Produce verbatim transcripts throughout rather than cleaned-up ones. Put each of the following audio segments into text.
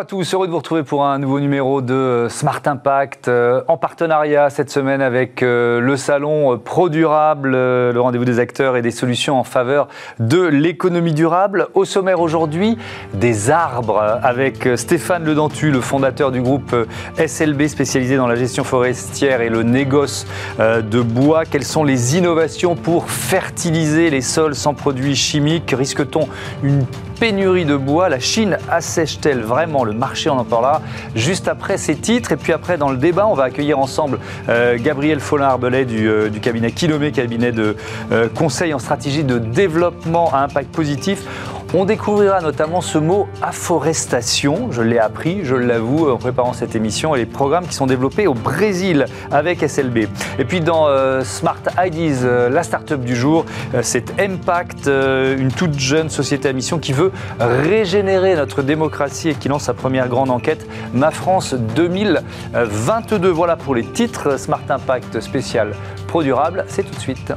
à tous, heureux de vous retrouver pour un nouveau numéro de Smart Impact euh, en partenariat cette semaine avec euh, le salon Pro Durable, euh, le rendez-vous des acteurs et des solutions en faveur de l'économie durable. Au sommaire aujourd'hui, des arbres avec Stéphane Ledentu, le fondateur du groupe S L B spécialisé dans la gestion forestière et le négoce euh, de bois. Quelles sont les innovations pour fertiliser les sols sans produits chimiques? Risque-t-on une pénurie de bois? La Chine assèche-t-elle vraiment le marché? On en parlera juste après ces titres. Et puis après, dans le débat, on va accueillir ensemble euh, Gabriel Follin-Arbelet du, euh, du cabinet Kilomé, cabinet de euh, conseil en stratégie de développement à impact positif. On découvrira notamment ce mot afforestation. Je l'ai appris, je l'avoue, en préparant cette émission et les programmes qui sont développés au Brésil avec S L B. Et puis dans euh, Smart Ideas, euh, la start-up du jour, euh, c'est Impact, euh, une toute jeune société à mission qui veut régénérer notre démocratie et qui lance sa première grande enquête, Ma France deux mille vingt-deux. Voilà pour les titres. Smart Impact spécial Pro Durable, c'est tout de suite.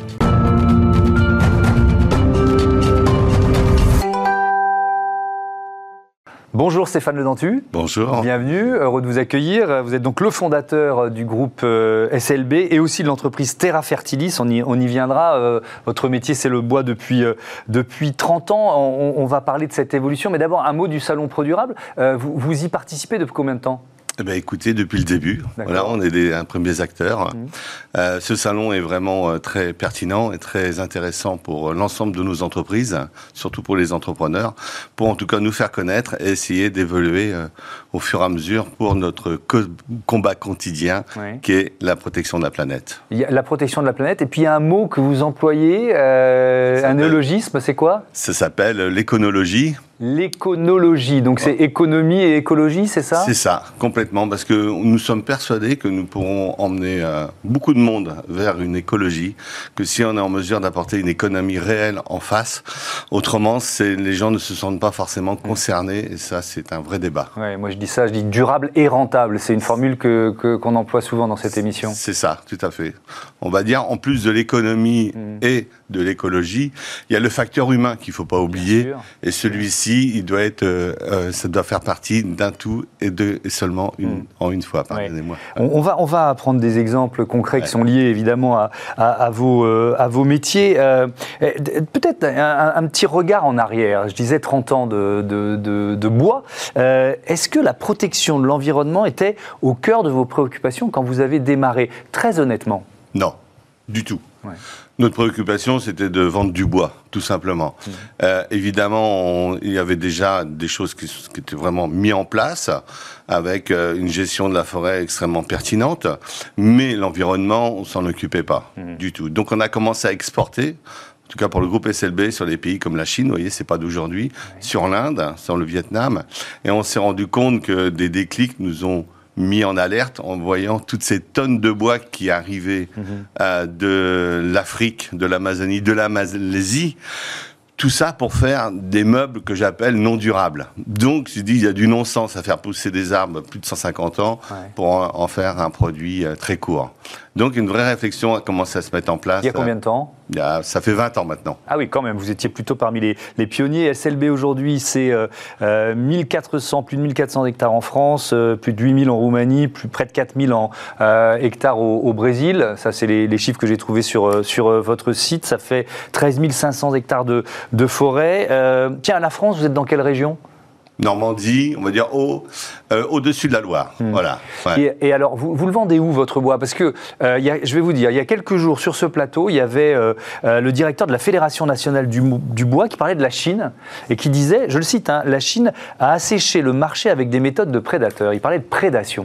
Bonjour Stéphane Ledentu. Bonjour. Bienvenue, heureux de vous accueillir. Vous êtes donc le fondateur du groupe S L B et aussi de l'entreprise Terra Fertilis. On y, on y viendra. Euh, votre métier, c'est le bois depuis, euh, depuis trente ans. On, on va parler de cette évolution. Mais d'abord, un mot du Salon Pro Durable. Euh, vous, vous y participez depuis combien de temps ? Eh bien, écoutez, depuis le début, voilà, on est des un premiers acteurs. Mmh. Euh, ce salon est vraiment euh, très pertinent et très intéressant pour euh, l'ensemble de nos entreprises, surtout pour les entrepreneurs, pour en tout cas nous faire connaître et essayer d'évoluer euh, au fur et à mesure pour notre co- combat quotidien, oui. qui est la protection de la planète. Il y a la protection de la planète, et puis il y a un mot que vous employez, euh, un néologisme, c'est quoi ? Ça s'appelle l'éconologie. L'éconologie, donc c'est économie et écologie, c'est ça ? C'est ça, complètement, parce que nous sommes persuadés que nous pourrons emmener euh, beaucoup de monde vers une écologie, que si on est en mesure d'apporter une économie réelle en face. Autrement, c'est, les gens ne se sentent pas forcément concernés, et ça, c'est un vrai débat. Ouais, moi je dis ça, je dis durable et rentable, c'est une formule que, que, qu'on emploie souvent dans cette émission. C'est ça, tout à fait. On va dire, en plus de l'économie mmh. et de l'écologie, il y a le facteur humain qu'il ne faut pas oublier, et celui-ci, il doit être, euh, ça doit faire partie d'un tout et, de, et seulement une, mmh. en une fois, pardonnez-moi. Ouais. On, on, va, on va prendre des exemples concrets ouais. qui sont liés évidemment à, à, à, vos, euh, à vos métiers. Euh, peut-être un, un petit regard en arrière. Je disais trente ans de, de, de, de bois. Euh, est-ce que la protection de l'environnement était au cœur de vos préoccupations quand vous avez démarré ? Très honnêtement. Non, du tout. Ouais. Notre préoccupation, c'était de vendre du bois, tout simplement. Mmh. Euh, évidemment, on, il y avait déjà des choses qui, qui étaient vraiment mises en place, avec euh, une gestion de la forêt extrêmement pertinente, mais l'environnement, on s'en occupait pas mmh. du tout. Donc on a commencé à exporter, en tout cas pour le groupe S L B, sur les pays comme la Chine, vous voyez, c'est pas d'aujourd'hui, ouais. sur l'Inde, sur le Vietnam, et on s'est rendu compte que des déclics nous ont mis en alerte en voyant toutes ces tonnes de bois qui arrivaient mmh. euh, de l'Afrique, de l'Amazonie, de la Malaisie. Tout ça pour faire des meubles que j'appelle non durables. Donc, je dis, il y a du non-sens à faire pousser des arbres plus de cent cinquante ans ouais. pour en, en faire un produit euh, très court. Donc, une vraie réflexion a commencé à se mettre en place. Il y a combien de temps ? Il y a, ça fait vingt ans maintenant. Ah oui, quand même, vous étiez plutôt parmi les, les pionniers. S L B aujourd'hui, c'est euh, euh, mille quatre cents, plus de mille quatre cents hectares en France, euh, plus de huit mille en Roumanie, plus près de quatre mille en, euh, hectares au, au Brésil. Ça, c'est les, les chiffres que j'ai trouvés sur, sur euh, votre site. Ça fait treize mille cinq cents hectares de, de forêt. Euh, tiens, la France, vous êtes dans quelle région ? Normandie, on va dire au, euh, au-dessus de la Loire. Mmh. Voilà. Ouais. Et, et alors, vous, vous le vendez où, votre bois ? Parce que, euh, y a, je vais vous dire, il y a quelques jours, sur ce plateau, il y avait euh, euh, le directeur de la Fédération nationale du, du bois qui parlait de la Chine et qui disait, je le cite, hein, la Chine a asséché le marché avec des méthodes de prédateurs. Il parlait de prédation.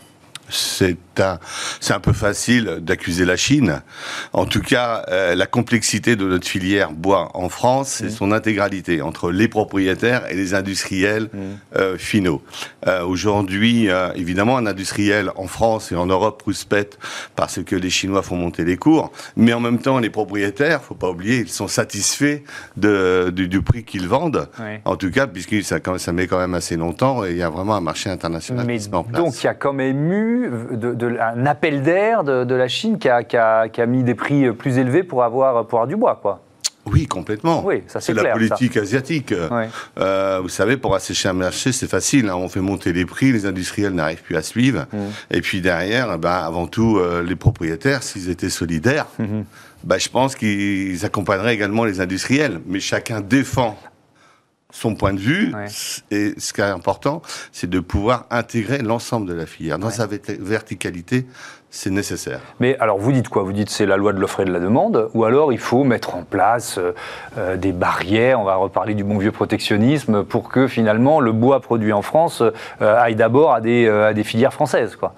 C'est un, c'est un peu facile d'accuser la Chine. En tout cas, euh, la complexité de notre filière bois en France, c'est mmh. son intégralité entre les propriétaires et les industriels mmh. euh, finaux. Euh, aujourd'hui, euh, évidemment, un industriel en France et en Europe rouspète parce que les Chinois font monter les cours, mais en même temps, les propriétaires, faut pas oublier, ils sont satisfaits de, du, du prix qu'ils vendent. Oui. En tout cas, puisque ça, ça met quand même assez longtemps et il y a vraiment un marché international mais qui se met en place. Donc, il y a quand même eu De, de, un appel d'air de, de la Chine qui a, qui, a, qui a mis des prix plus élevés pour avoir, pour avoir du bois, quoi. Oui, complètement. Oui, ça c'est la clair, politique ça. asiatique. Ouais. Euh, vous savez, pour assécher un marché, c'est facile. Hein. On fait monter les prix, les industriels n'arrivent plus à suivre. Mmh. Et puis derrière, ben, avant tout, euh, les propriétaires, s'ils étaient solidaires, mmh. ben, je pense qu'ils accompagneraient également les industriels. Mais chacun défend son point de vue. Ouais. Et ce qui est important, c'est de pouvoir intégrer l'ensemble de la filière. Dans ouais. sa verticalité, c'est nécessaire. Mais alors, vous dites quoi? Vous dites c'est la loi de l'offre et de la demande, ou alors il faut mettre en place euh, des barrières, on va reparler du bon vieux protectionnisme, pour que finalement le bois produit en France euh, aille d'abord à des, euh, à des filières françaises, quoi.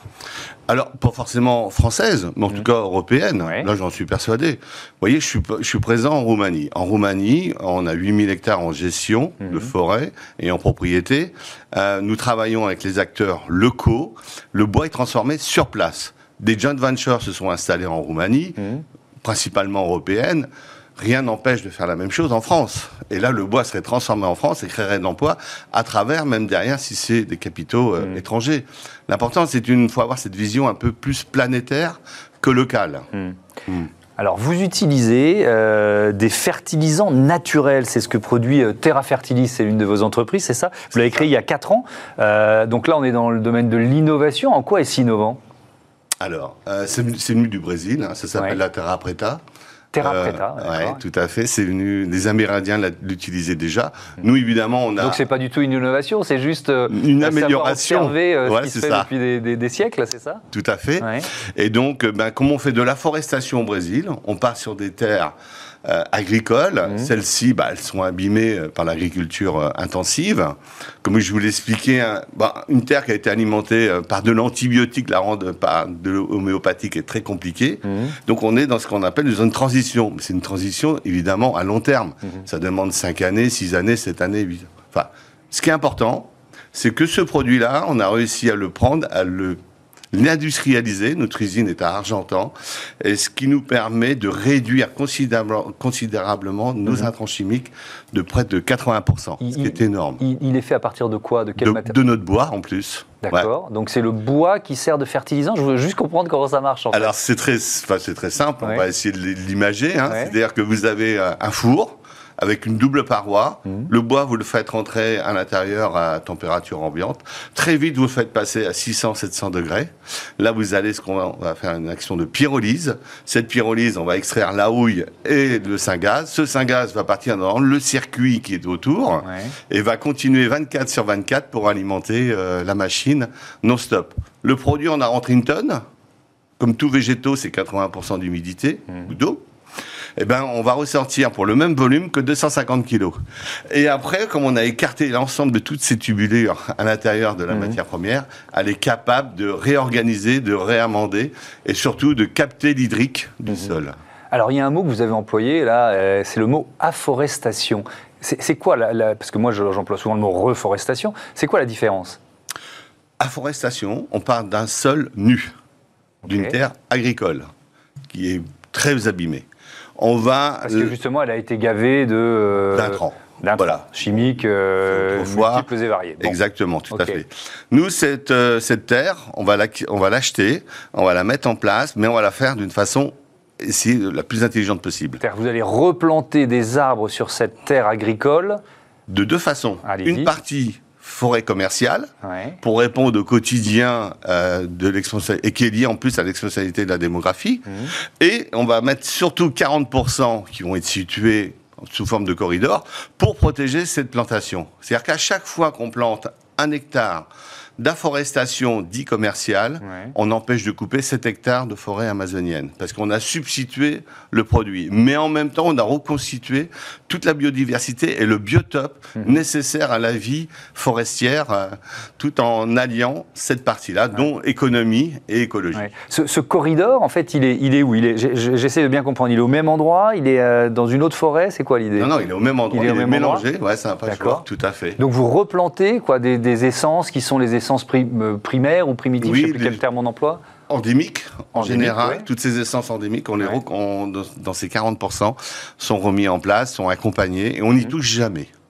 Alors, pas forcément française, mais en mmh. tout cas européenne. Ouais. Là, j'en suis persuadé. Vous voyez, je suis, je suis présent en Roumanie. En Roumanie, on a huit mille hectares en gestion mmh. de forêt et en propriété. Euh, nous travaillons avec les acteurs locaux. Le bois est transformé sur place. Des joint ventures se sont installés en Roumanie, mmh. principalement européennes. Rien n'empêche de faire la même chose en France. Et là, le bois serait transformé en France et créerait de l'emploi à travers, même derrière, si c'est des capitaux euh, mmh. étrangers. L'important, c'est une fois avoir cette vision un peu plus planétaire que locale. Mmh. Mmh. Alors, vous utilisez euh, des fertilisants naturels. C'est ce que produit euh, Terra Fertilis, c'est l'une de vos entreprises, c'est ça? Vous l'avez créé il y a quatre ans. Euh, donc là, on est dans le domaine de l'innovation. En quoi est-ce innovant? Alors, euh, c'est, c'est venu du Brésil, hein, ça s'appelle ouais. la Terra Preta. Terra Preta, euh, ouais, tout à fait. C'est venu. Les Amérindiens l'utilisaient déjà. Mmh. Nous, évidemment, on a. Donc c'est pas du tout une innovation, c'est juste euh, une amélioration. Observer euh, ouais, ce qui se fait ça. depuis des, des, des siècles, c'est ça? Tout à fait. Ouais. Et donc, ben, comme on fait de la forestation au Brésil, on part sur des terres euh, agricoles. Mmh. Celles-ci, bah, elles sont abîmées par l'agriculture euh, intensive. Comme je vous l'expliquais, hein, bah, une terre qui a été alimentée euh, par de l'antibiotique, la rendre par de l'homéopathique est très compliquée. Mmh. Donc, on est dans ce qu'on appelle une zone de transition. Mais c'est une transition, évidemment, à long terme. Mmh. Ça demande cinq années, six années, sept années, huit. Enfin, ce qui est important, c'est que ce produit-là, on a réussi à le prendre, à le l'industrialiser. Notre usine est à Argentan, et ce qui nous permet de réduire considérablement, considérablement nos mmh. intrants chimiques de près de quatre-vingts pour cent, il, ce qui est énorme. Il, il est fait à partir de quoi? De quel de, matériau? De notre bois, en plus. D'accord. Ouais. Donc c'est le bois qui sert de fertilisant. Je veux juste comprendre comment ça marche. En Alors fait. c'est très, enfin, c'est très simple. Ouais. On va essayer de l'imager. Hein. Ouais. C'est-à-dire que vous avez un four avec une double paroi. Mmh. Le bois, vous le faites rentrer à l'intérieur à température ambiante. Très vite, vous le faites passer à six cents à sept cents degrés. Là, vous allez, ce qu'on va, on va faire une action de pyrolyse. Cette pyrolyse, on va extraire la houille et le syngaz. Ce syngaz va partir dans le circuit qui est autour ouais. et va continuer vingt-quatre sur vingt-quatre pour alimenter euh, la machine non-stop. Le produit, on a rentré une tonne. Comme tout végétaux, c'est quatre-vingts pour cent d'humidité mmh. ou d'eau. Eh ben, on va ressortir pour le même volume que deux cent cinquante kilos. Et après, comme on a écarté l'ensemble de toutes ces tubulures à l'intérieur de la mmh. matière première, elle est capable de réorganiser, de réamender et surtout de capter l'hydrique du mmh. sol. Alors, il y a un mot que vous avez employé, là, euh, c'est le mot afforestation. C'est, c'est quoi, la, la, parce que moi, j'emploie souvent le mot reforestation, c'est quoi la différence? Afforestation, on parle d'un sol nu, okay. d'une terre agricole, qui est très abîmée. On va Parce que justement, elle a été gavée de euh, d'intrants, d'intrants voilà. chimiques euh, multiples et variés. Bon. Exactement, tout okay. à fait. Nous, cette euh, cette terre, on va la, on va l'acheter, on va la mettre en place, mais on va la faire d'une façon essayer la plus intelligente possible. C'est-à-dire que vous allez replanter des arbres sur cette terre agricole de deux façons. Allez-y. Une partie forêt commerciale, ouais. pour répondre au quotidien euh, de l'exponentialité, et qui est lié en plus à l'exponentialité de la démographie. Mmh. Et on va mettre surtout quarante pour cent qui vont être situés sous forme de corridor pour protéger cette plantation. C'est-à-dire qu'à chaque fois qu'on plante un hectare d'afforestation dit commerciale, ouais. on empêche de couper sept hectares de forêt amazonienne, parce qu'on a substitué le produit. Mais en même temps, on a reconstitué toute la biodiversité et le biotope mmh. nécessaire à la vie forestière, euh, tout en alliant cette partie-là, ouais. dont économie et écologie. Ouais. Ce, ce corridor, en fait, il est, il est où il est, j'essaie de bien comprendre. Il est au même endroit? Il est euh, dans une autre forêt? C'est quoi l'idée? Non, non, il est au même endroit. Il est, il au est même mélangé. Endroit ouais, c'est un patchwork, tout à fait. Donc vous replantez quoi, des, des essences qui sont les essences primaires ou primitives, oui, je ne sais plus les... quel terme on emploie. Endémiques, en Endémique, général, ouais. toutes ces essences endémiques, on les ouais. re... on, dans ces quarante pour cent, sont remis en place, sont accompagnés, et on n'y mmh. touche jamais.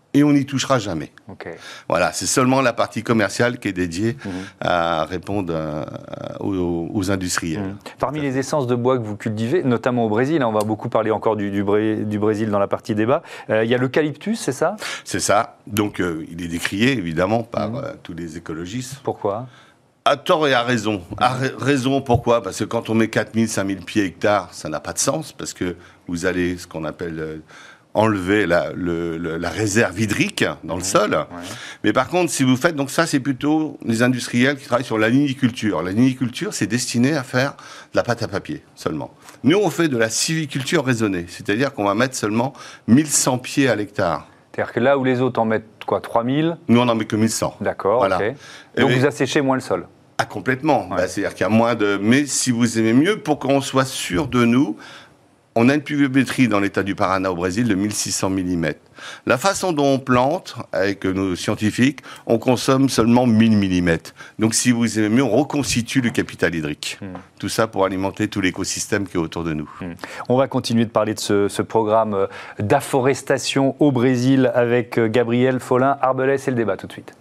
et on n'y touchera jamais. Okay. Voilà, c'est seulement la partie commerciale qui est dédiée mmh. à répondre à, aux, aux industriels. Mmh. Parmi les essences de bois que vous cultivez, notamment au Brésil, hein, on va beaucoup parler encore du, du, Bré, du Brésil dans la partie débat, euh, il y a l'eucalyptus, c'est ça? C'est ça. Donc euh, il est décrié évidemment par mmh. euh, tous les écologistes. Pourquoi? À tort et à raison. À raison, pourquoi? Parce que quand on met quatre mille, cinq mille pieds hectares, ça n'a pas de sens, parce que vous allez, ce qu'on appelle, euh, enlever la, le, le, la réserve hydrique dans le sol. Ouais. Mais par contre, si vous faites, donc ça, c'est plutôt les industriels qui travaillent sur la liniculture. La liniculture, c'est destiné à faire de la pâte à papier seulement. Nous, on fait de la sylviculture raisonnée, c'est-à-dire qu'on va mettre seulement mille cent pieds à l'hectare. C'est-à-dire que là où les autres en mettent quoi, trois mille? Nous, on n'en met que mille cent. D'accord, voilà. Okay. Donc et vous asséchez moins le sol? Ah, complètement. Ouais. Bah, c'est-à-dire qu'il y a moins de... Mais si vous aimez mieux, pour qu'on soit sûr de nous, on a une pluviométrie dans l'état du Paraná au Brésil de mille six cents millimètres. La façon dont on plante, avec nos scientifiques, on consomme seulement mille millimètres. Donc si vous aimez mieux, on reconstitue le capital hydrique. Mmh. Tout ça pour alimenter tout l'écosystème qui est autour de nous. Mmh. On va continuer de parler de ce, ce programme d'afforestation au Brésil avec Gabriel Follin-Arbelay. C'est le débat tout de suite.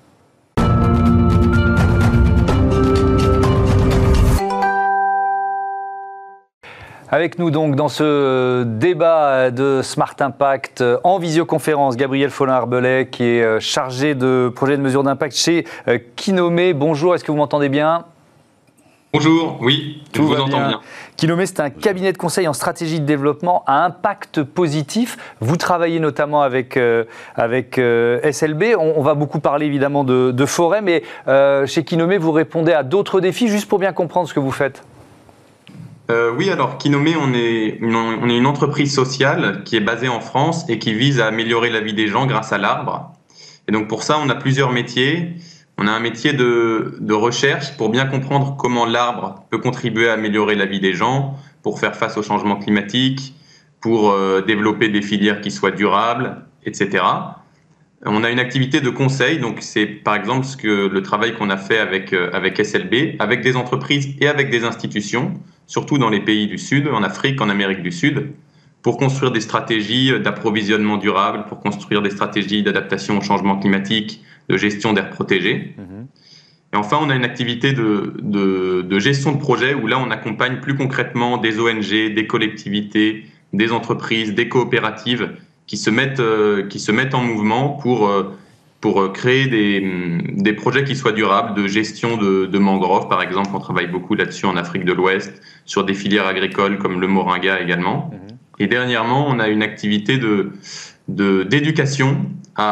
Avec nous donc dans ce débat de Smart Impact en visioconférence, Gabriel Follin-Arbelay qui est chargé de projet de mesure d'impact chez Kinomé. Bonjour, est-ce que vous m'entendez bien? Bonjour, oui, je vous entends bien. Kinomé, c'est un cabinet de conseil en stratégie de développement à impact positif. Vous travaillez notamment avec, euh, avec euh, S L B. On, on va beaucoup parler évidemment de, de forêt, mais euh, chez Kinomé, vous répondez à d'autres défis, juste pour bien comprendre ce que vous faites. Euh, oui, alors Kinomé, on est, une, on est une entreprise sociale qui est basée en France et qui vise à améliorer la vie des gens grâce à l'arbre. Et donc pour ça, on a plusieurs métiers. On a un métier de, de recherche pour bien comprendre comment l'arbre peut contribuer à améliorer la vie des gens, pour faire face au changement climatique, pour euh, développer des filières qui soient durables, et cetera. On a une activité de conseil, donc c'est par exemple ce que, le travail qu'on a fait avec, euh, avec S L B, avec des entreprises et avec des institutions, surtout dans les pays du Sud, en Afrique, en Amérique du Sud, pour construire des stratégies d'approvisionnement durable, pour construire des stratégies d'adaptation au changement climatique, de gestion d'aires protégées. Mmh. Et enfin, on a une activité de, de, de gestion de projet où là, on accompagne plus concrètement des O N G, des collectivités, des entreprises, des coopératives qui se mettent, euh, qui se mettent en mouvement pour, euh, pour créer des, des projets qui soient durables, de gestion de, de mangroves, par exemple. On travaille beaucoup là-dessus en Afrique de l'Ouest, sur des filières agricoles comme le moringa également. Mmh. Et dernièrement, on a une activité de, de, d'éducation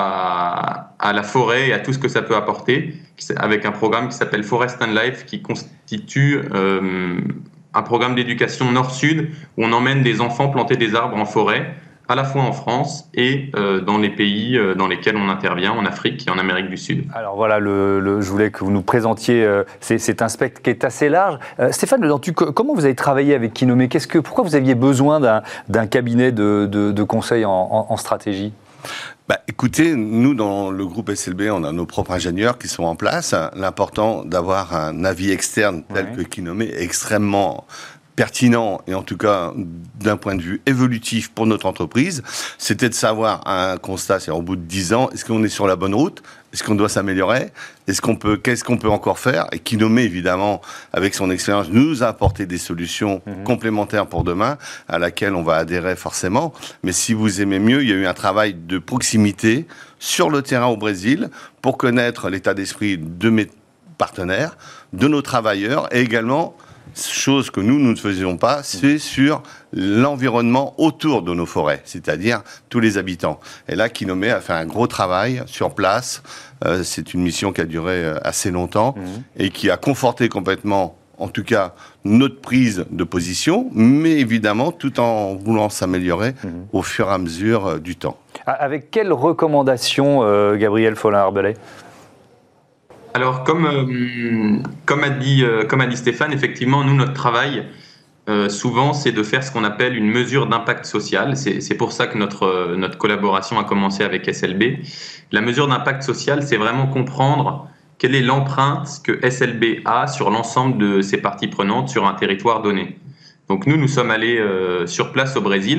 à, à la forêt et à tout ce que ça peut apporter, avec un programme qui s'appelle Forest and Life, qui constitue euh, un programme d'éducation nord-sud, où on emmène des enfants planter des arbres en forêt, à la fois en France et euh, dans les pays euh, dans lesquels on intervient, en Afrique et en Amérique du Sud. Alors voilà, le, le, je voulais que vous nous présentiez, euh, c'est, c'est un spectre qui est assez large. Euh, Stéphane Ledentu, comment vous avez travaillé avec Kinomé? Qu'est-ce que, pourquoi vous aviez besoin d'un, d'un cabinet de, de, de conseil en, en, en stratégie? Bah, écoutez, nous, dans le groupe S L B, on a nos propres ingénieurs qui sont en place. L'important d'avoir un avis externe tel ouais. que Kinomé est extrêmement pertinent, et en tout cas d'un point de vue évolutif pour notre entreprise, c'était de savoir un constat, c'est au bout de dix ans, est-ce qu'on est sur la bonne route? Est-ce qu'on doit s'améliorer? Est-ce qu'on peut, qu'est-ce qu'on peut encore faire? Et Kinomé, évidemment, avec son expérience, nous a apporté des solutions mmh. complémentaires pour demain, à laquelle on va adhérer forcément. Mais si vous aimez mieux, il y a eu un travail de proximité sur le terrain au Brésil pour connaître l'état d'esprit de mes partenaires, de nos travailleurs, et également, chose que nous, nous ne faisions pas, c'est sur l'environnement autour de nos forêts, c'est-à-dire tous les habitants. Et là, Kinomé a fait un gros travail sur place. Euh, c'est une mission qui a duré assez longtemps mmh. et qui a conforté complètement, en tout cas, notre prise de position, mais évidemment, tout en voulant s'améliorer mmh. au fur et à mesure du temps. Avec quelles recommandations, euh, Gabriel Follin-Arbelay ? Alors, comme, euh, comme, a dit, euh, comme a dit Stéphane, effectivement, nous, notre travail, euh, souvent, c'est de faire ce qu'on appelle une mesure d'impact social. C'est, c'est pour ça que notre, euh, notre collaboration a commencé avec S L B. La mesure d'impact social, c'est vraiment comprendre quelle est l'empreinte que S L B a sur l'ensemble de ses parties prenantes sur un territoire donné. Donc, nous, nous sommes allés euh, sur place au Brésil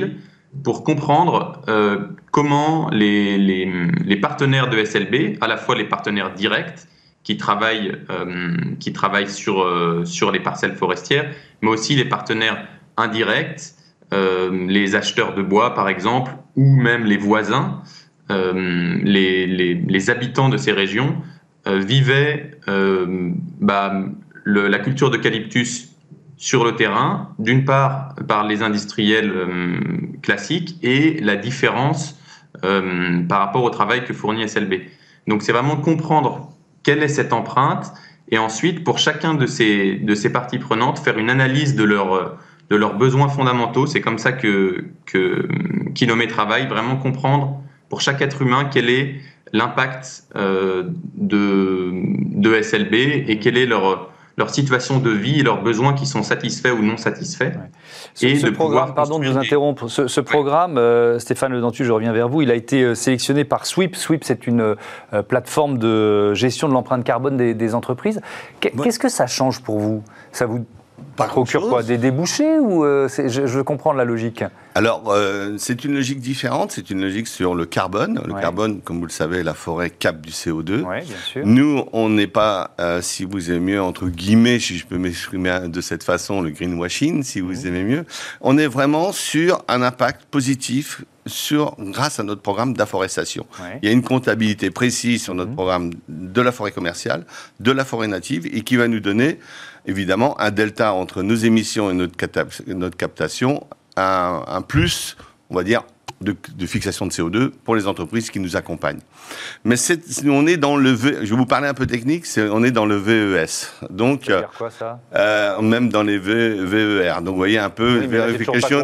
pour comprendre euh, comment les, les, les partenaires de S L B, à la fois les partenaires directs qui travaillent, euh, qui travaillent sur, euh, sur les parcelles forestières, mais aussi les partenaires indirects, euh, les acheteurs de bois par exemple, ou même les voisins, euh, les, les, les habitants de ces régions euh, vivaient euh, bah, le, la culture d'eucalyptus sur le terrain, d'une part par les industriels euh, classiques et la différence euh, par rapport au travail que fournit S L B. Donc c'est vraiment comprendre quelle est cette empreinte et ensuite pour chacun de ces, de ces parties prenantes faire une analyse de, leur, de leurs besoins fondamentaux. C'est comme ça que, que Kinomé travaille, vraiment comprendre pour chaque être humain quel est l'impact euh, de, de S L B et quelle est leur leur situation de vie et leurs besoins qui sont satisfaits ou non satisfaits. Ouais. Ce, et ce de programme, pardon de vous interrompre, ce, ce programme, ouais. euh, Stéphane Le Dentu, je reviens vers vous, il a été euh, sélectionné par Sweep. Sweep, c'est une euh, plateforme de gestion de l'empreinte carbone des, des entreprises. Qu'est, ouais. Qu'est-ce que ça change pour vous ? Ça vous Pas procure quoi ? Des débouchés ou euh, c'est, je, je veux comprendre la logique. Alors, euh, c'est une logique différente. C'est une logique sur le carbone. Le ouais. carbone, comme vous le savez, la forêt capte du C O deux. Ouais, bien sûr. Nous, on n'est pas, euh, si vous aimez mieux, entre guillemets, si je peux m'exprimer de cette façon, le greenwashing, si vous mmh. aimez mieux. On est vraiment sur un impact positif sur, grâce à notre programme d'afforestation. Ouais. Il y a une comptabilité précise sur notre mmh. programme de la forêt commerciale, de la forêt native, et qui va nous donner, évidemment, un delta entre nos émissions et notre, capta- notre captation, un, un plus, on va dire, de, de fixation de C O deux pour les entreprises qui nous accompagnent. Mais c'est, on est dans le... V, je vais vous parler un peu technique, c'est, on est dans le V E S. Donc, ça veut dire quoi, ça euh, même dans les v, V E R. Donc, vous voyez un peu... Oui, vérification...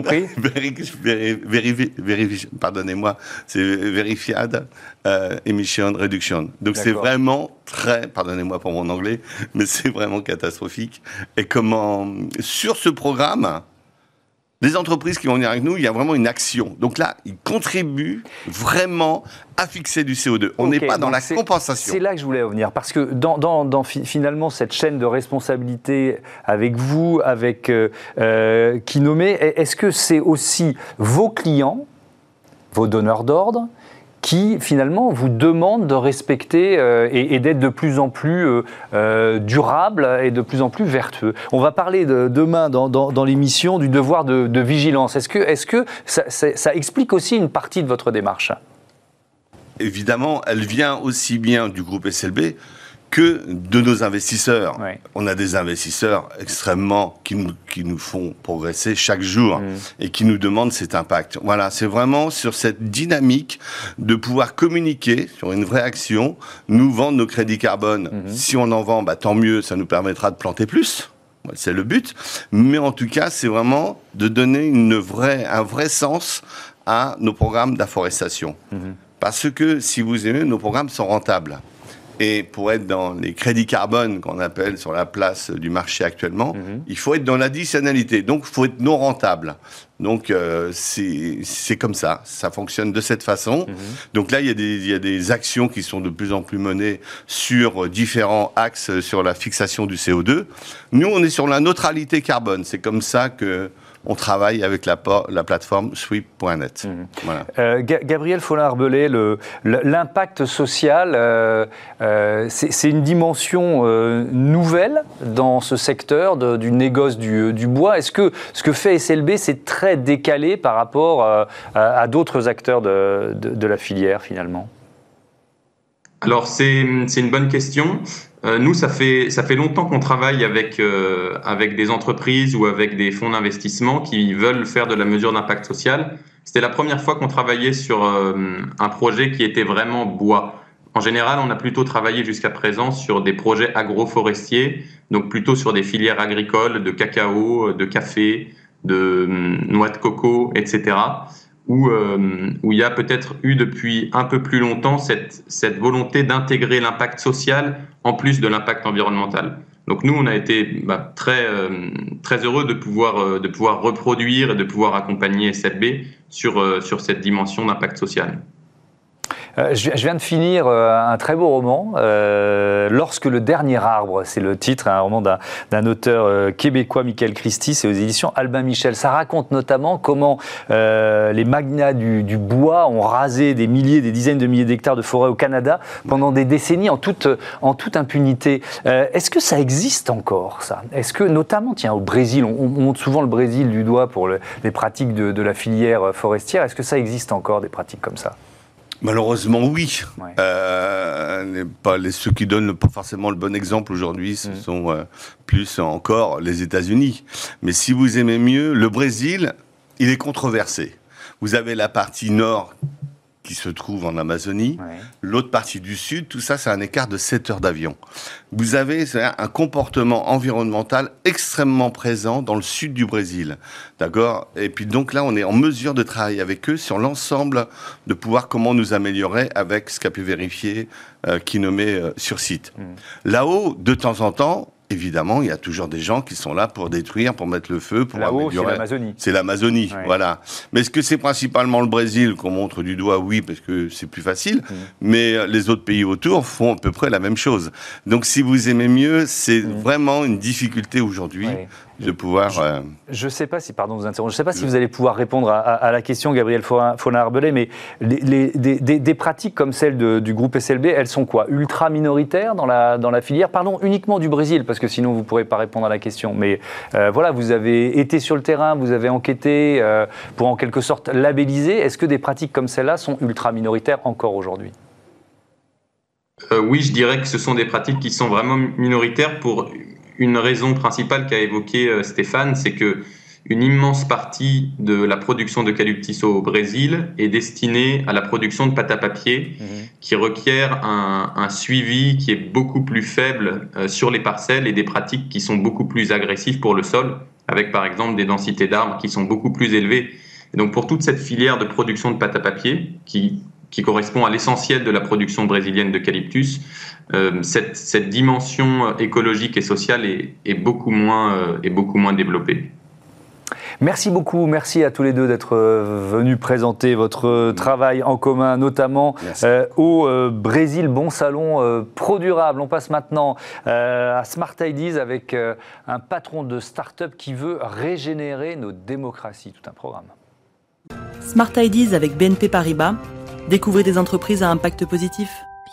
Pardonnez-moi, c'est Verified euh, Emission Reduction. Donc, D'accord. c'est vraiment très... Pardonnez-moi pour mon anglais, mais c'est vraiment catastrophique. Et comment... Sur ce programme... Les entreprises qui vont venir avec nous, il y a vraiment une action. Donc là, ils contribuent vraiment à fixer du C O deux. On n'est okay, pas dans la c'est, compensation. C'est là que je voulais revenir. Parce que dans, dans, dans finalement cette chaîne de responsabilité avec vous, avec euh, euh, Kinomé, est-ce que c'est aussi vos clients, vos donneurs d'ordre, qui finalement vous demandent de respecter euh, et, et d'être de plus en plus euh, euh, durable et de plus en plus vertueux. On va parler de, demain dans, dans, dans l'émission du devoir de, de vigilance. Est-ce que, est-ce que ça, ça explique aussi une partie de votre démarche ? Évidemment, elle vient aussi bien du groupe S L B que de nos investisseurs. Ouais. On a des investisseurs extrêmement qui nous, qui nous font progresser chaque jour mmh. et qui nous demandent cet impact. Voilà, c'est vraiment sur cette dynamique de pouvoir communiquer sur une vraie action, nous vendre nos crédits carbone. Mmh. Si on en vend, bah, tant mieux, ça nous permettra de planter plus. C'est le but. Mais en tout cas, c'est vraiment de donner une vraie, un vrai sens à nos programmes d'afforestation. Mmh. Parce que, si vous aimez, nos programmes sont rentables. Et pour être dans les crédits carbone qu'on appelle sur la place du marché actuellement, mmh. il faut être dans l'additionnalité. Donc, il faut être non rentable. Donc, euh, c'est, c'est comme ça. Ça fonctionne de cette façon. Mmh. Donc là, il y a des, il y a des actions qui sont de plus en plus menées sur différents axes sur la fixation du C O deux. Nous, on est sur la neutralité carbone. C'est comme ça que... on travaille avec la, la plateforme sweep point net. Mmh. Voilà. Euh, Gabriel Follin-Arbelé, le, l'impact social, euh, euh, c'est, c'est une dimension euh, nouvelle dans ce secteur de, du négoce du, du bois. Est-ce que ce que fait S L B, c'est très décalé par rapport euh, à, à d'autres acteurs de, de, de la filière, finalement ? Alors, c'est, c'est une bonne question. Euh, nous, ça fait, ça fait longtemps qu'on travaille avec, euh, avec des entreprises ou avec des fonds d'investissement qui veulent faire de la mesure d'impact social. C'était la première fois qu'on travaillait sur euh, un projet qui était vraiment bois. En général, on a plutôt travaillé jusqu'à présent sur des projets agroforestiers, donc plutôt sur des filières agricoles de cacao, de café, de euh, noix de coco, et cetera, où, euh, où il y a peut-être eu depuis un peu plus longtemps cette, cette volonté d'intégrer l'impact social en plus de l'impact environnemental. Donc nous, on a été bah, très, euh, très heureux de pouvoir, euh, de pouvoir reproduire et de pouvoir accompagner S L B sur, euh, sur cette dimension d'impact social. Euh, je, je viens de finir euh, un très beau roman, euh, Lorsque le dernier arbre, c'est le titre, un roman d'un, d'un auteur euh, québécois, Michael Christie, c'est aux éditions Albin Michel. Ça raconte notamment comment euh, les magnats du, du bois ont rasé des milliers, des dizaines de milliers d'hectares de forêt au Canada pendant des décennies en toute, en toute impunité. Euh, est-ce que ça existe encore, ça ? Est-ce que, notamment, tiens, au Brésil, on, on montre souvent le Brésil du doigt pour le, les pratiques de, de la filière forestière. Est-ce que ça existe encore, des pratiques comme ça ? Malheureusement, oui. Ouais. Euh, les, pas les, ceux qui donnent pas forcément le bon exemple aujourd'hui, ce mmh. sont euh, plus encore les États-Unis. Mais si vous aimez mieux, le Brésil, il est controversé. Vous avez la partie nord qui se trouve en Amazonie, ouais. l'autre partie du sud, tout ça, c'est un écart de sept heures d'avion. Vous avez un comportement environnemental extrêmement présent dans le sud du Brésil, d'accord ? Et puis donc là, on est en mesure de travailler avec eux sur l'ensemble, de pouvoir comment nous améliorer avec ce qu'a pu vérifier euh, Kinome euh, sur site. Mmh. Là-haut, de temps en temps, évidemment, il y a toujours des gens qui sont là pour détruire, pour mettre le feu, pour Là-haut, améliorer. c'est l'Amazonie. C'est l'Amazonie, ouais. voilà. Mais est-ce que c'est principalement le Brésil qu'on montre du doigt ? Oui, parce que c'est plus facile. Mmh. Mais les autres pays autour font à peu près la même chose. Donc, si vous aimez mieux, c'est mmh. vraiment une difficulté aujourd'hui. Ouais. De pouvoir. Je ne euh... sais pas si, pardon, vous interrompre. Je sais pas si vous allez pouvoir répondre à, à, à la question, Gabriel Fauna-Arbelet, mais les, les, des, des, des pratiques comme celle de, du groupe S L B, elles sont quoi ? Ultra minoritaires dans la, dans la filière ? Parlons uniquement du Brésil, parce que sinon vous ne pourrez pas répondre à la question. Mais euh, voilà, vous avez été sur le terrain, vous avez enquêté euh, pour en quelque sorte labelliser. Est-ce que des pratiques comme celle-là sont ultra minoritaires encore aujourd'hui ? euh, Oui, je dirais que ce sont des pratiques qui sont vraiment minoritaires pour une raison principale qu'a évoquée euh, Stéphane, c'est que une immense partie de la production d'eucalyptus au Brésil est destinée à la production de pâte à papier, mmh. qui requiert un, un suivi qui est beaucoup plus faible euh, sur les parcelles et des pratiques qui sont beaucoup plus agressives pour le sol, avec par exemple des densités d'arbres qui sont beaucoup plus élevées. Et donc pour toute cette filière de production de pâte à papier, qui, qui correspond à l'essentiel de la production brésilienne d'eucalyptus, Euh, cette, cette dimension écologique et sociale est, est, beaucoup moins, euh, est beaucoup moins développée. Merci beaucoup, merci à tous les deux d'être venus présenter votre travail en commun, notamment euh, au euh, Brésil Bon Salon euh, Pro Durable. On passe maintenant euh, à Smart Ideas avec euh, un patron de start-up qui veut régénérer nos démocraties. Tout un programme. Smart Ideas avec B N P Paribas. Découvrez des entreprises à impact positif.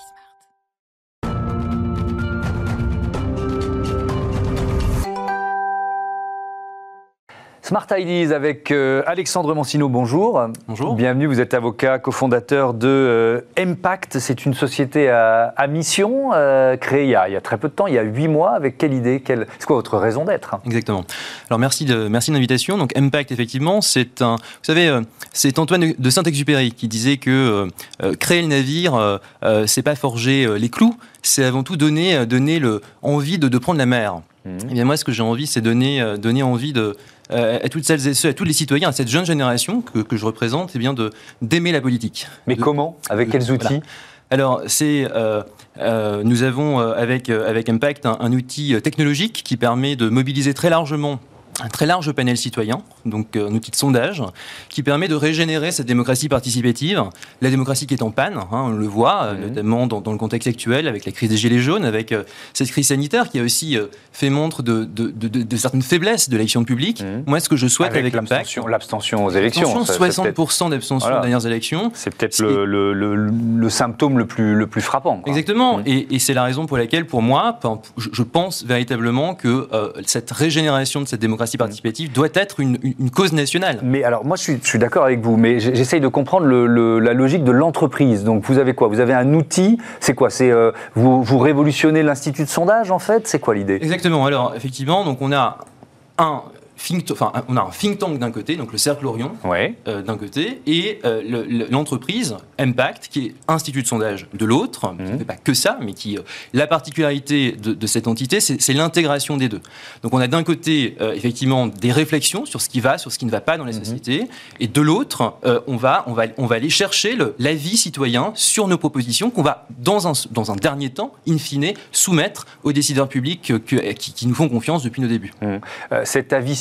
Smart Ideas avec euh, Alexandre Mancino, bonjour. Bonjour. Bienvenue, vous êtes avocat, cofondateur de euh, Impact. C'est une société à, à mission euh, créée il y, a, il y a très peu de temps, il y a huit mois. Avec quelle idée quelle... C'est quoi votre raison d'être ? Exactement. Alors merci de, merci de l'invitation. Donc Impact, effectivement, c'est un... Vous savez, euh, c'est Antoine de Saint-Exupéry qui disait que euh, créer le navire, euh, euh, c'est pas forger euh, les clous, c'est avant tout donner, euh, donner le, envie de, de prendre la mer. Mmh. Et bien moi, ce que j'ai envie, c'est donner, euh, donner envie de... à toutes celles et ceux, à tous les citoyens, à cette jeune génération que, que je représente, eh bien de, d'aimer la politique. Mais de, comment ? Avec quels outils ? Voilà. Alors, c'est, euh, euh, nous avons euh, avec, euh, avec Impact un, un outil technologique qui permet de mobiliser très largement un très large panel citoyen, donc un outil de sondage, qui permet de régénérer cette démocratie participative. La démocratie qui est en panne, hein, on le voit, mmh. notamment dans, dans le contexte actuel, avec la crise des Gilets jaunes, avec euh, cette crise sanitaire qui a aussi euh, fait montre de, de, de, de, de certaines faiblesses de l'action publique. Mmh. Moi, ce que je souhaite avec, avec l'abstention, Impact... L'abstention aux élections. L'abstention, ça, soixante pour cent d'abstention voilà. aux dernières élections. C'est peut-être le, le, le, le symptôme le plus, le plus frappant. Quoi. Exactement, mmh. et, et c'est la raison pour laquelle, pour moi, je, je pense véritablement que euh, cette régénération de cette démocratie participative mmh. doit être une, une, une cause nationale. Mais alors, moi, je suis, je suis d'accord avec vous, mais j'essaye de comprendre le, le, la logique de l'entreprise. Donc, vous avez quoi ? Vous avez un outil, c'est quoi ? C'est euh, vous, vous révolutionnez l'institut de sondage, en fait ? C'est quoi l'idée ? Exactement. Alors, effectivement, donc on a un... Think, enfin, on a un think tank d'un côté, donc le Cercle Orion, ouais. euh, d'un côté, et euh, le, le, l'entreprise Impact, qui est institut de sondage de l'autre, mmh. qui ne fait pas que ça, mais qui, euh, la particularité de, de cette entité, c'est, c'est l'intégration des deux. Donc on a d'un côté, euh, effectivement, des réflexions sur ce qui va, sur ce qui ne va pas dans les mmh. sociétés, et de l'autre, euh, on, va, on, va, on va aller chercher le, l'avis citoyen sur nos propositions qu'on va, dans un, dans un dernier temps, in fine, soumettre aux décideurs publics que, qui, qui nous font confiance depuis nos débuts. Mmh. Euh, cet avis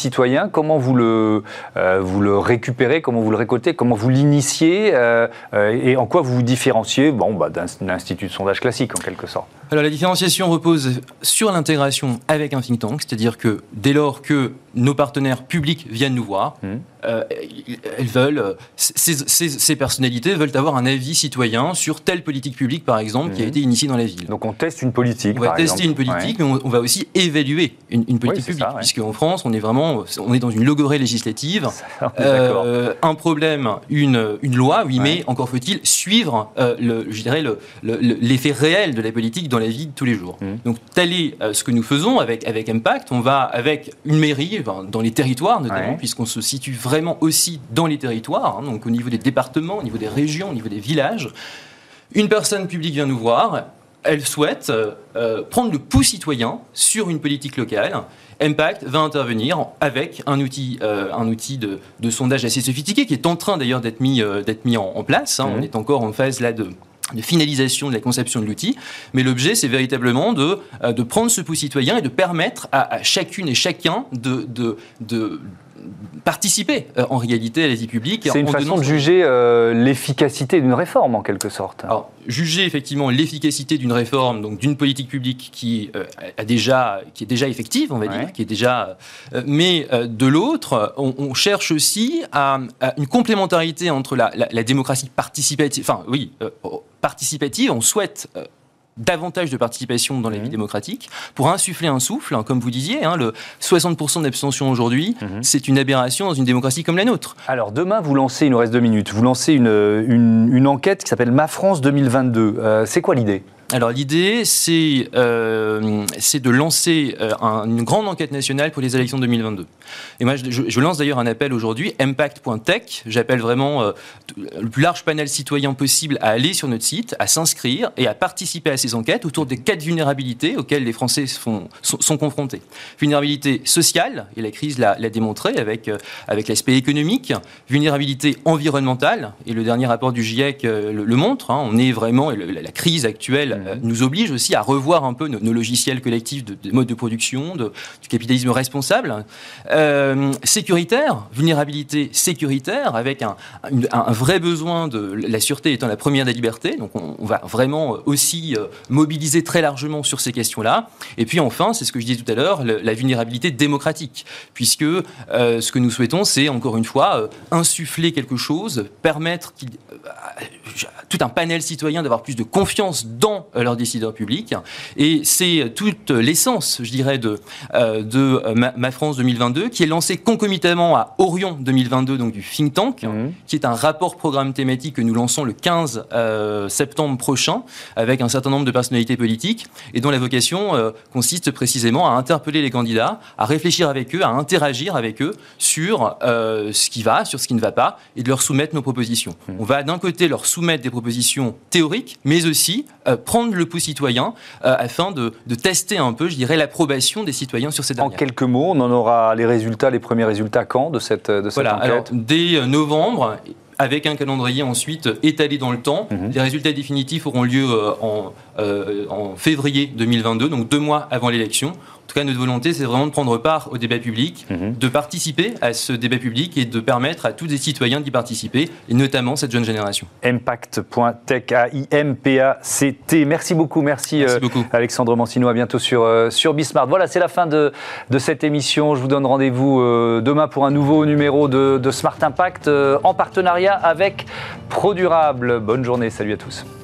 citoyen, comment vous le, euh, vous le récupérez, comment vous le récoltez, comment vous l'initiez euh, euh, et en quoi vous vous différenciez bon, bah, d'un, d'un institut de sondage classique en quelque sorte? Alors la différenciation repose sur l'intégration avec un think tank, c'est-à-dire que dès lors que nos partenaires publics viennent nous voir, mmh. euh, elles veulent, ces, ces, ces personnalités veulent avoir un avis citoyen sur telle politique publique par exemple mmh. qui a été initiée dans la ville. Donc on teste une politique. On va par tester exemple. une politique, ouais. mais on, on va aussi évaluer une, une politique oui, publique, ça, ouais. puisqu'en France on est vraiment, on est dans une logorrhée législative. Ça, euh, un problème, une, une loi, oui, ouais. mais encore faut-il suivre euh, le, je dirais le, le, l'effet réel de la politique dans la vie de tous les jours. Mmh. Donc tel est euh, ce que nous faisons avec avec Impact. On va avec une mairie enfin, dans les territoires notamment, ouais. puisqu'on se situe vraiment aussi dans les territoires, hein, donc au niveau des départements, au niveau des régions, au niveau des villages. Une personne publique vient nous voir, elle souhaite euh, prendre le pouls citoyen sur une politique locale. Impact va intervenir avec un outil, euh, un outil de, de sondage assez sophistiqué qui est en train d'ailleurs d'être mis, euh, d'être mis en, en place. Hein. Mmh. On est encore en phase là de... de finalisation de la conception de l'outil, mais l'objet c'est véritablement de, de prendre ce pouls citoyen et de permettre à, à chacune et chacun de, de, de participer euh, en réalité à la vie publique. C'est une façon de juger euh, l'efficacité d'une réforme en quelque sorte. Alors, juger effectivement l'efficacité d'une réforme, donc d'une politique publique qui, euh, a déjà, qui est déjà effective, on va ouais. dire, qui est déjà. Euh, mais euh, de l'autre, on, on cherche aussi à, à une complémentarité entre la, la, la démocratie participative, enfin oui, euh, participative. On souhaite euh, davantage de participation dans la vie démocratique pour insuffler un souffle, hein, comme vous disiez, hein, le soixante pour cent d'abstention aujourd'hui, mmh. c'est une aberration dans une démocratie comme la nôtre. Alors demain, vous lancez, il nous reste deux minutes, vous lancez une, une, une enquête qui s'appelle Ma France deux mille vingt-deux. Euh, c'est quoi l'idée ? Alors l'idée, c'est, euh, c'est de lancer euh, un, une grande enquête nationale pour les élections deux mille vingt-deux. Et moi, je, je lance d'ailleurs un appel aujourd'hui, impact point tech. J'appelle vraiment euh, le plus large panel citoyen possible à aller sur notre site, à s'inscrire et à participer à ces enquêtes autour des quatre vulnérabilités auxquelles les Français font, sont, sont confrontés. Vulnérabilité sociale, et la crise l'a, l'a démontré avec, euh, avec l'aspect économique. Vulnérabilité environnementale, et le dernier rapport du GIEC euh, le, le montre. Hein, on est vraiment, le, la crise actuelle nous oblige aussi à revoir un peu nos, nos logiciels collectifs de, de mode de production, de, du capitalisme responsable. Euh, sécuritaire, vulnérabilité sécuritaire, avec un, un, un vrai besoin de la sûreté étant la première des libertés. Donc on, on va vraiment aussi euh, mobiliser très largement sur ces questions-là. Et puis enfin, c'est ce que je disais tout à l'heure, le, la vulnérabilité démocratique, puisque euh, ce que nous souhaitons, c'est encore une fois euh, insuffler quelque chose, permettre qu'il, euh, tout un panel citoyen d'avoir plus de confiance dans leurs décideurs publics. Et c'est toute l'essence, je dirais, de, euh, de Ma, Ma France deux mille vingt-deux, qui est lancée concomitamment à Orion deux mille vingt-deux, donc du think tank, mmh. qui est un rapport programme thématique que nous lançons le quinze euh, septembre prochain, avec un certain nombre de personnalités politiques, et dont la vocation euh, consiste précisément à interpeller les candidats, à réfléchir avec eux, à interagir avec eux sur euh, ce qui va, sur ce qui ne va pas, et de leur soumettre nos propositions. Mmh. On va d'un côté leur soumettre des propositions théoriques, mais aussi euh, prendre le pouls citoyen euh, afin de, de tester un peu, je dirais, l'approbation des citoyens sur ces dernières. En quelques mots, on en aura les résultats, les premiers résultats quand de cette, de cette voilà, enquête ? Alors, dès novembre, avec un calendrier ensuite étalé dans le temps. Mmh. Les résultats définitifs auront lieu euh, en, euh, en février deux mille vingt-deux, donc deux mois avant l'élection. En tout cas, notre volonté, c'est vraiment de prendre part au débat public, mmh. de participer à ce débat public et de permettre à tous les citoyens d'y participer, et notamment cette jeune génération. impact point tech, A I M P A C T. Merci beaucoup, merci, merci euh, beaucoup. Alexandre Mancino, à bientôt sur, euh, sur Bismart. Voilà, c'est la fin de, de cette émission. Je vous donne rendez-vous euh, demain pour un nouveau numéro de, de Smart Impact euh, en partenariat avec ProDurable. Bonne journée, salut à tous.